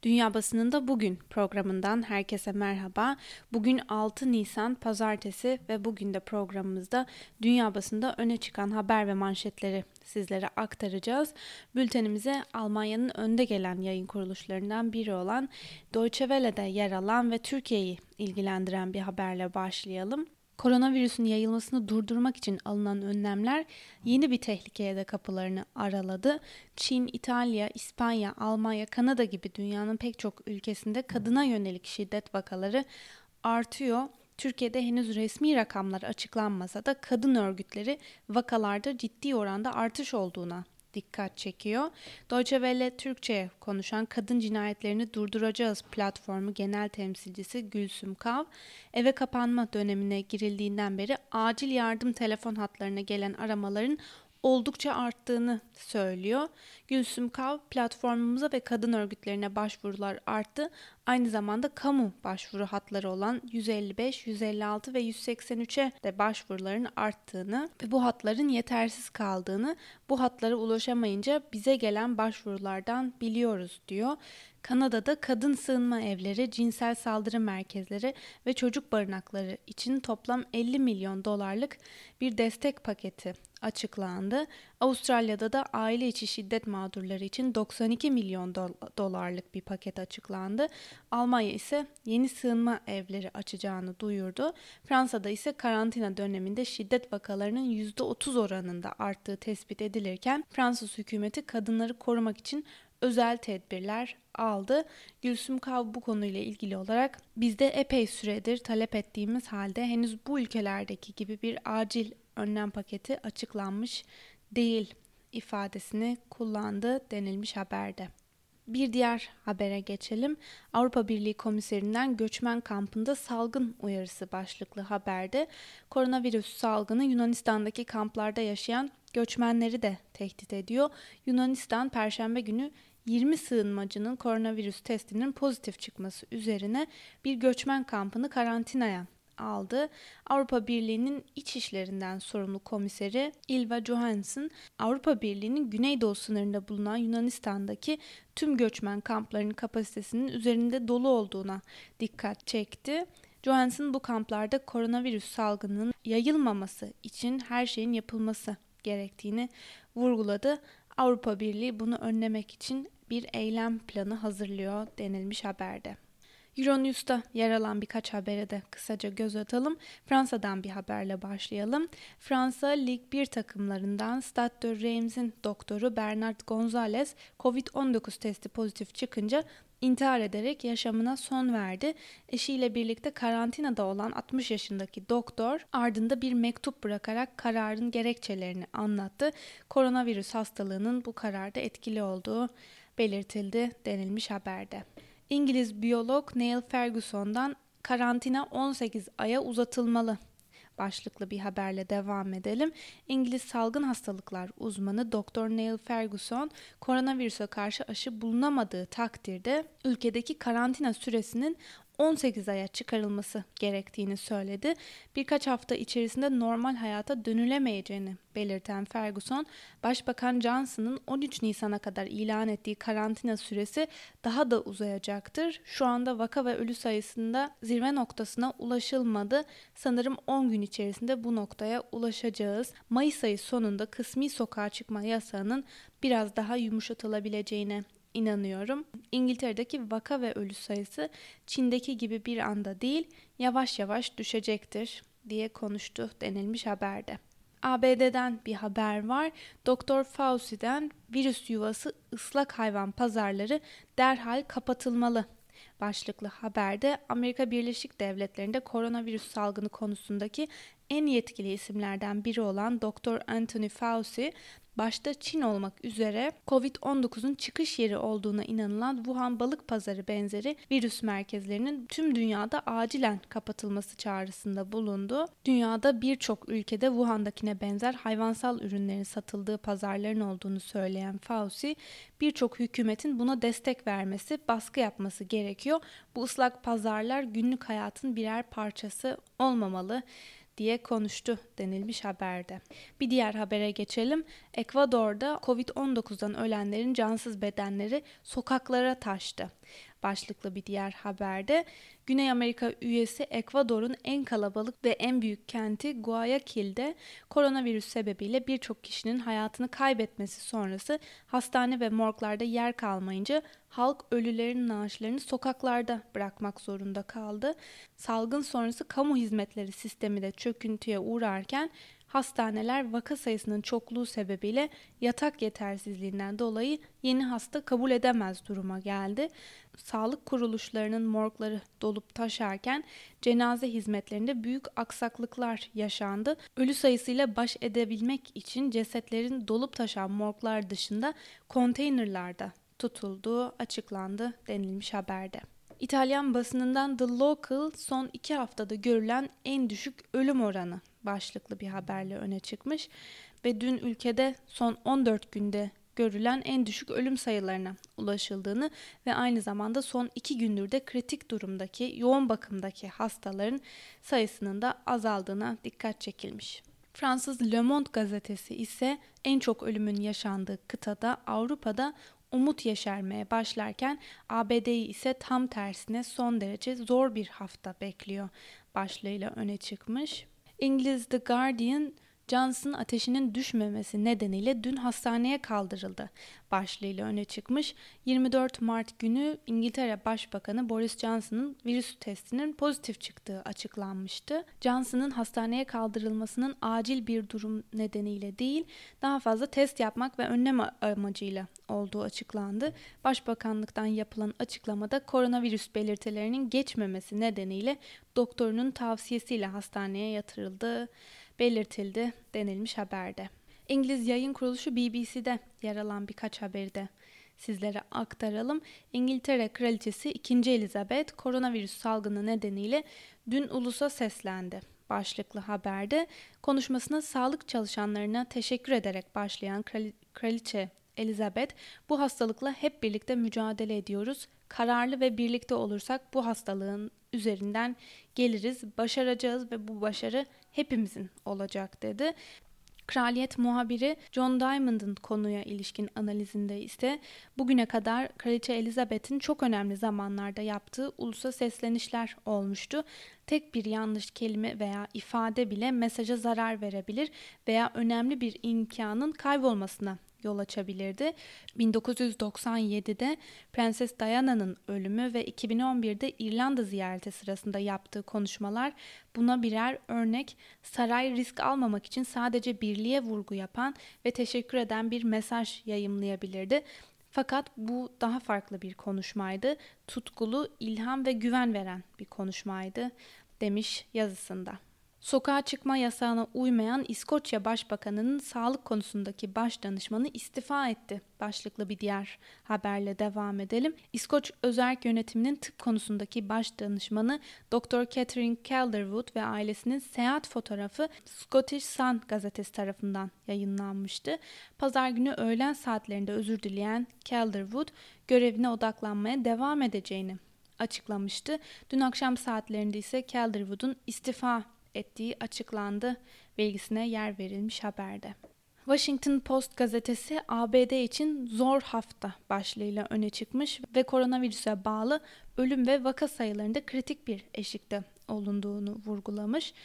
Dünya Basınında Bugün programından herkese merhaba. Bugün 6 Nisan Pazartesi ve bugün de programımızda dünya basında öne çıkan haber ve manşetleri sizlere aktaracağız. Bültenimize Almanya'nın önde gelen yayın kuruluşlarından biri olan Deutsche Welle'de yer alan ve Türkiye'yi ilgilendiren bir haberle başlayalım. Koronavirüsün yayılmasını durdurmak için alınan önlemler yeni bir tehlikeye de kapılarını araladı. Çin, İtalya, İspanya, Almanya, Kanada gibi dünyanın pek çok ülkesinde kadına yönelik şiddet vakaları artıyor. Türkiye'de henüz resmi rakamlar açıklanmasa da kadın örgütleri vakalarda ciddi oranda artış olduğuna dikkat çekiyor. Deutsche Welle Türkçe konuşan Kadın Cinayetlerini Durduracağız platformu genel temsilcisi Gülsüm Kav, eve kapanma dönemine girildiğinden beri acil yardım telefon hatlarına gelen aramaların oldukça arttığını söylüyor. Gülsüm Kav, platformumuza ve kadın örgütlerine başvurular arttı. Aynı zamanda kamu başvuru hatları olan 155, 156 ve 183'e de başvuruların arttığını ve bu hatların yetersiz kaldığını, bu hatlara ulaşamayınca bize gelen başvurulardan biliyoruz diyor. Kanada'da kadın sığınma evleri, cinsel saldırı merkezleri ve çocuk barınakları için toplam 50 milyon dolarlık bir destek paketi açıklandı. Avustralya'da da aile içi şiddet mağdurları için 92 milyon dolarlık bir paket açıklandı. Almanya ise yeni sığınma evleri açacağını duyurdu. Fransa'da ise karantina döneminde şiddet vakalarının %30 oranında arttığı tespit edilirken Fransız hükümeti kadınları korumak için özel tedbirler aldı. Gülsüm Kav bu konuyla ilgili olarak bizde epey süredir talep ettiğimiz halde henüz bu ülkelerdeki gibi bir acil önlem paketi açıklanmış değil ifadesini kullandı denilmiş haberde. Bir diğer habere geçelim. Avrupa Birliği Komiserinden göçmen kampında salgın uyarısı başlıklı haberde koronavirüs salgını Yunanistan'daki kamplarda yaşayan göçmenleri de tehdit ediyor. Yunanistan Perşembe günü 20 sığınmacının koronavirüs testinin pozitif çıkması üzerine bir göçmen kampını karantinaya aldı. Avrupa Birliği'nin iç işlerinden sorumlu komiseri Ylva Johansson, Avrupa Birliği'nin güneydoğu sınırında bulunan Yunanistan'daki tüm göçmen kamplarının kapasitesinin üzerinde dolu olduğuna dikkat çekti. Johansson bu kamplarda koronavirüs salgınının yayılmaması için her şeyin yapılması gerektiğini vurguladı. Avrupa Birliği bunu önlemek için bir eylem planı hazırlıyor denilmiş haberde. Euronews'ta yer alan birkaç habere de kısaca göz atalım. Fransa'dan bir haberle başlayalım. Fransa Lig 1 takımlarından Stade de Reims'in doktoru Bernard Gonzalez, Covid-19 testi pozitif çıkınca intihar ederek yaşamına son verdi. Eşiyle birlikte karantinada olan 60 yaşındaki doktor ardında bir mektup bırakarak kararın gerekçelerini anlattı. Koronavirüs hastalığının bu kararda etkili olduğu belirtildi denilmiş haberde. İngiliz biyolog Neil Ferguson'dan karantina 18 aya uzatılmalı başlıklı bir haberle devam edelim. İngiliz salgın hastalıklar uzmanı Dr. Neil Ferguson, koronavirüse karşı aşı bulunamadığı takdirde ülkedeki karantina süresinin 18 aya çıkarılması gerektiğini söyledi. Birkaç hafta içerisinde normal hayata dönülemeyeceğini belirten Ferguson, Başbakan Johnson'ın 13 Nisan'a kadar ilan ettiği karantina süresi daha da uzayacaktır. Şu anda vaka ve ölü sayısında zirve noktasına ulaşılmadı. Sanırım 10 gün içerisinde bu noktaya ulaşacağız. Mayıs ayı sonunda kısmi sokağa çıkma yasağının biraz daha yumuşatılabileceğine İnanıyorum. İngiltere'deki vaka ve ölü sayısı Çin'deki gibi bir anda değil, yavaş yavaş düşecektir diye konuştu denilmiş haberde. ABD'den bir haber var. Dr. Fauci'den virüs yuvası ıslak hayvan pazarları derhal kapatılmalı başlıklı haberde Amerika Birleşik Devletleri'nde koronavirüs salgını konusundaki en yetkili isimlerden biri olan Dr. Anthony Fauci, başta Çin olmak üzere Covid-19'un çıkış yeri olduğuna inanılan Wuhan balık pazarı benzeri virüs merkezlerinin tüm dünyada acilen kapatılması çağrısında bulundu. Dünyada birçok ülkede Wuhan'dakine benzer hayvansal ürünlerin satıldığı pazarların olduğunu söyleyen Fauci, birçok hükümetin buna destek vermesi, baskı yapması gerekiyor. Bu ıslak pazarlar günlük hayatın birer parçası olmamalı diye konuştu denilmiş haberde. Bir diğer habere geçelim. Ekvador'da Covid-19'dan ölenlerin cansız bedenleri sokaklara taştı başlıklı bir diğer haberde. Güney Amerika üyesi Ekvador'un en kalabalık ve en büyük kenti Guayaquil'de koronavirüs sebebiyle birçok kişinin hayatını kaybetmesi sonrası hastane ve morglarda yer kalmayınca halk ölülerin naaşlarını sokaklarda bırakmak zorunda kaldı. Salgın sonrası kamu hizmetleri sistemi de çöküntüye uğrarken hastaneler vaka sayısının çokluğu sebebiyle yatak yetersizliğinden dolayı yeni hasta kabul edemez duruma geldi. Sağlık kuruluşlarının morgları dolup taşarken cenaze hizmetlerinde büyük aksaklıklar yaşandı. Ölü sayısıyla baş edebilmek için cesetlerin dolup taşan morglar dışında konteynerlarda tutulduğu açıklandı denilmiş haberde. İtalyan basınından The Local son 2 haftada görülen en düşük ölüm oranı başlıklı bir haberle öne çıkmış ve dün ülkede son 14 günde görülen en düşük ölüm sayılarına ulaşıldığını ve aynı zamanda son 2 gündür de kritik durumdaki, yoğun bakımdaki hastaların sayısının da azaldığına dikkat çekilmiş. Fransız Le Monde gazetesi ise en çok ölümün yaşandığı kıtada Avrupa'da umut yeşermeye başlarken ABD'yi ise tam tersine son derece zor bir hafta bekliyor başlığıyla öne çıkmış. İngiliz The Guardian, Johnson ateşinin düşmemesi nedeniyle dün hastaneye kaldırıldı başlığıyla öne çıkmış. 24 Mart günü İngiltere Başbakanı Boris Johnson'ın virüs testinin pozitif çıktığı açıklanmıştı. Johnson'ın hastaneye kaldırılmasının acil bir durum nedeniyle değil, daha fazla test yapmak ve önlem amacıyla olduğu açıklandı. Başbakanlıktan yapılan açıklamada koronavirüs belirtilerinin geçmemesi nedeniyle doktorunun tavsiyesiyle hastaneye yatırıldığı belirtildi denilmiş haberde. İngiliz yayın kuruluşu BBC'de yer alan birkaç haberi de sizlere aktaralım. İngiltere Kraliçesi 2. Elizabeth koronavirüs salgını nedeniyle dün ulusa seslendi başlıklı haberde. Konuşmasına sağlık çalışanlarına teşekkür ederek başlayan Kraliçe Elizabeth, "Bu hastalıkla hep birlikte mücadele ediyoruz. Kararlı ve birlikte olursak bu hastalığın üzerinden geliriz, başaracağız ve bu başarı hepimizin olacak" dedi. Kraliyet muhabiri John Diamond'ın konuya ilişkin analizinde ise bugüne kadar Kraliçe Elizabeth'in çok önemli zamanlarda yaptığı ulusa seslenişler olmuştu. Tek bir yanlış kelime veya ifade bile mesaja zarar verebilir veya önemli bir imkanın kaybolmasına yol açabilirdi. 1997'de Prenses Diana'nın ölümü ve 2011'de İrlanda ziyareti sırasında yaptığı konuşmalar buna birer örnek. Saray risk almamak için sadece birliğe vurgu yapan ve teşekkür eden bir mesaj yayımlayabilirdi. Fakat bu daha farklı bir konuşmaydı. Tutkulu, ilham ve güven veren bir konuşmaydı demiş yazısında. Sokağa çıkma yasağına uymayan İskoçya Başbakanı'nın sağlık konusundaki baş danışmanı istifa etti başlıklı bir diğer haberle devam edelim. İskoç Özerk Yönetimi'nin tıp konusundaki baş danışmanı Dr. Catherine Calderwood ve ailesinin seyahat fotoğrafı Scottish Sun gazetesi tarafından yayınlanmıştı. Pazar günü öğlen saatlerinde özür dileyen Calderwood görevine odaklanmaya devam edeceğini açıklamıştı. Dün akşam saatlerinde ise Calderwood'un istifa ettiği açıklandı bilgisine yer verilmiş haberde. Washington Post gazetesi ABD için zor hafta başlığıyla öne çıkmış ve koronavirüse bağlı ölüm ve vaka sayılarında kritik bir eşikte olunduğunu vurgulamış.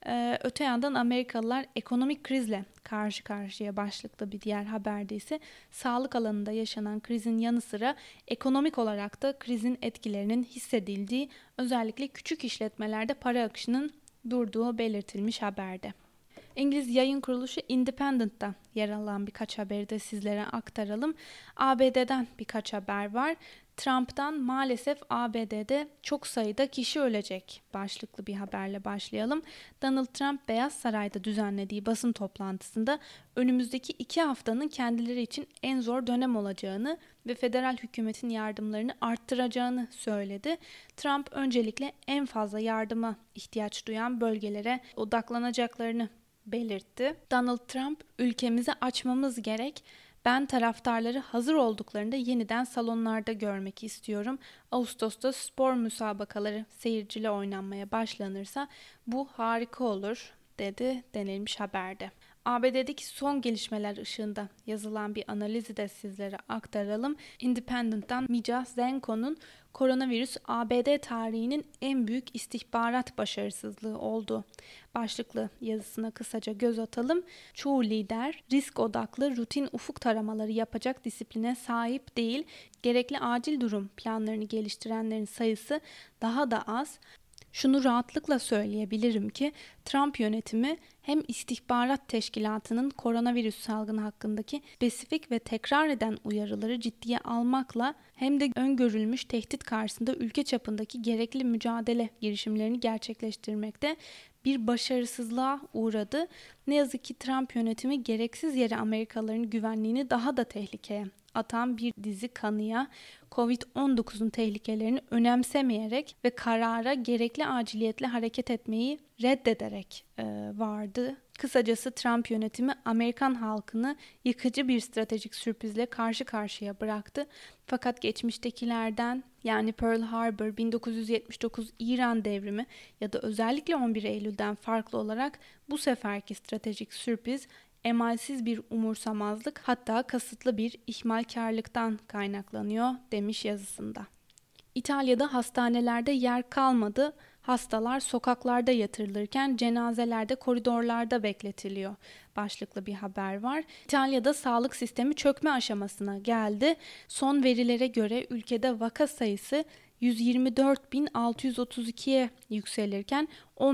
Öte yandan Amerikalılar ekonomik krizle karşı karşıya başlıklı bir diğer haberde ise sağlık alanında yaşanan krizin yanı sıra ekonomik olarak da krizin etkilerinin hissedildiği, özellikle küçük işletmelerde para akışının durduğu belirtilmiş haberde. İngiliz yayın kuruluşu Independent'ta yer alan birkaç haberi de sizlere aktaralım. ABD'den birkaç haber var. Trump'tan "Maalesef ABD'de çok sayıda kişi ölecek" başlıklı bir haberle başlayalım. Donald Trump Beyaz Saray'da düzenlediği basın toplantısında önümüzdeki 2 haftanın kendileri için en zor dönem olacağını ve federal hükümetin yardımlarını arttıracağını söyledi. Trump öncelikle en fazla yardıma ihtiyaç duyan bölgelere odaklanacaklarını belirtti. Donald Trump, "Ülkemizi açmamız gerek. Ben taraftarları hazır olduklarında yeniden salonlarda görmek istiyorum. Ağustos'ta spor müsabakaları seyirciyle oynanmaya başlanırsa bu harika olur" dedi denilmiş haberde. ABD'deki son gelişmeler ışığında yazılan bir analizi de sizlere aktaralım. Independent'tan Mija Zenko'nun koronavirüs ABD tarihinin en büyük istihbarat başarısızlığı oldu başlıklı yazısına kısaca göz atalım. Çoğu lider risk odaklı rutin ufuk taramaları yapacak disipline sahip değil. Gerekli acil durum planlarını geliştirenlerin sayısı daha da az. Şunu rahatlıkla söyleyebilirim ki Trump yönetimi hem istihbarat teşkilatının koronavirüs salgını hakkındaki spesifik ve tekrar eden uyarıları ciddiye almakla hem de öngörülmüş tehdit karşısında ülke çapındaki gerekli mücadele girişimlerini gerçekleştirmekte bir başarısızlığa uğradı. Ne yazık ki Trump yönetimi gereksiz yere Amerikalıların güvenliğini daha da tehlikeye atan bir dizi kanıya, Covid-19'un tehlikelerini önemsemeyerek ve karara gerekli aciliyetle hareket etmeyi reddederek vardı. Kısacası Trump yönetimi Amerikan halkını yıkıcı bir stratejik sürprizle karşı karşıya bıraktı. Fakat geçmiştekilerden yani Pearl Harbor, 1979 İran devrimi ya da özellikle 11 Eylül'den farklı olarak bu seferki stratejik sürpriz emalsiz bir umursamazlık, hatta kasıtlı bir ihmalkarlıktan kaynaklanıyor demiş yazısında. İtalya'da hastanelerde yer kalmadı. Hastalar sokaklarda yatırılırken cenazeler de koridorlarda bekletiliyor başlıklı bir haber var. İtalya'da sağlık sistemi çökme aşamasına geldi. Son verilere göre ülkede vaka sayısı 124.632'ye yükselirken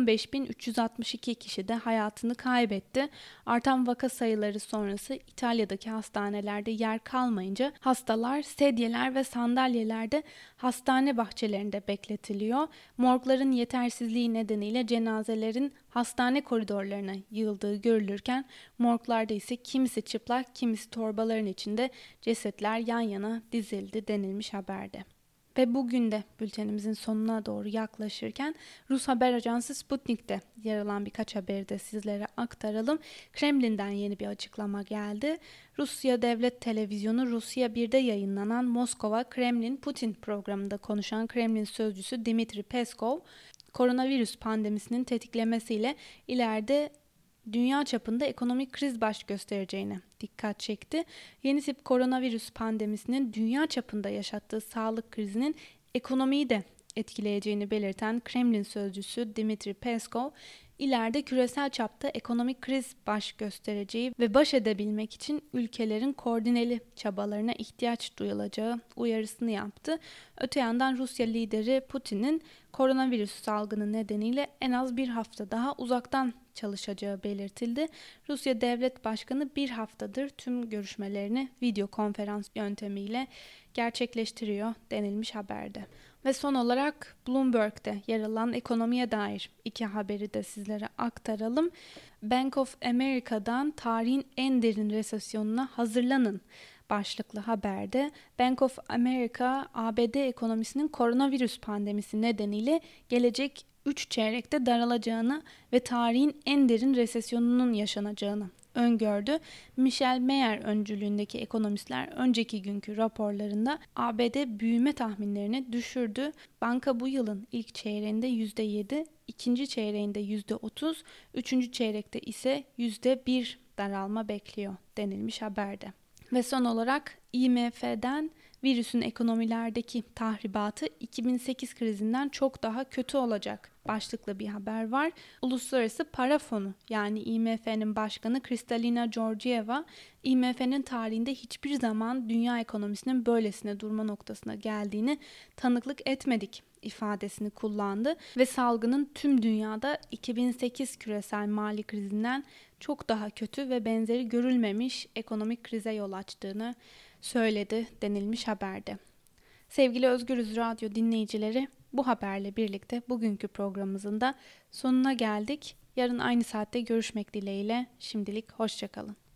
15.362 kişi de hayatını kaybetti. Artan vaka sayıları sonrası İtalya'daki hastanelerde yer kalmayınca hastalar sedyeler ve sandalyelerde hastane bahçelerinde bekletiliyor. Morgların yetersizliği nedeniyle cenazelerin hastane koridorlarına yığıldığı görülürken morglarda ise kimisi çıplak, kimisi torbaların içinde cesetler yan yana dizildi denilmiş haberde. Ve bugün de bültenimizin sonuna doğru yaklaşırken Rus haber ajansı Sputnik'te yer alan birkaç haberi de sizlere aktaralım. Kremlin'den yeni bir açıklama geldi. Rusya Devlet Televizyonu Rusya 1'de yayınlanan Moskova Kremlin Putin programında konuşan Kremlin sözcüsü Dmitri Peskov, koronavirüs pandemisinin tetiklemesiyle ileride dünya çapında ekonomik kriz baş göstereceğine dikkat çekti. Yeni tip koronavirüs pandemisinin dünya çapında yaşattığı sağlık krizinin ekonomiyi de etkileyeceğini belirten Kremlin sözcüsü Dmitri Peskov, ileride küresel çapta ekonomik kriz baş göstereceği ve baş edebilmek için ülkelerin koordineli çabalarına ihtiyaç duyulacağı uyarısını yaptı. Öte yandan Rusya lideri Putin'in koronavirüs salgını nedeniyle en az bir hafta daha uzaktan çalışacağı belirtildi. Rusya Devlet Başkanı bir haftadır tüm görüşmelerini video konferans yöntemiyle gerçekleştiriyor denilmiş haberde. Ve son olarak Bloomberg'de yer alan ekonomiye dair iki haberi de sizlere aktaralım. Bank of America'dan tarihin en derin resesyonuna hazırlanın başlıklı haberde Bank of America, ABD ekonomisinin koronavirüs pandemisi nedeniyle gelecek 3 çeyrekte daralacağını ve tarihin en derin resesyonunun yaşanacağını öngördü. Michel Mayer öncülüğündeki ekonomistler önceki günkü raporlarında ABD büyüme tahminlerini düşürdü. Banka bu yılın ilk çeyreğinde %7, ikinci çeyreğinde %30, üçüncü çeyrekte ise %1 daralma bekliyor denilmiş haberde. Ve son olarak IMF'den virüsün ekonomilerdeki tahribatı 2008 krizinden çok daha kötü olacak başlıklı bir haber var. Uluslararası Para Fonu yani IMF'nin başkanı Kristalina Georgieva, IMF'nin tarihinde hiçbir zaman dünya ekonomisinin böylesine durma noktasına geldiğini tanıklık etmedik ifadesini kullandı ve salgının tüm dünyada 2008 küresel mali krizinden çok daha kötü ve benzeri görülmemiş ekonomik krize yol açtığını söyledi denilmiş haberde. Sevgili Özgürüz Radyo dinleyicileri, bu haberle birlikte bugünkü programımızın da sonuna geldik. Yarın aynı saatte görüşmek dileğiyle. Şimdilik hoşça kalın.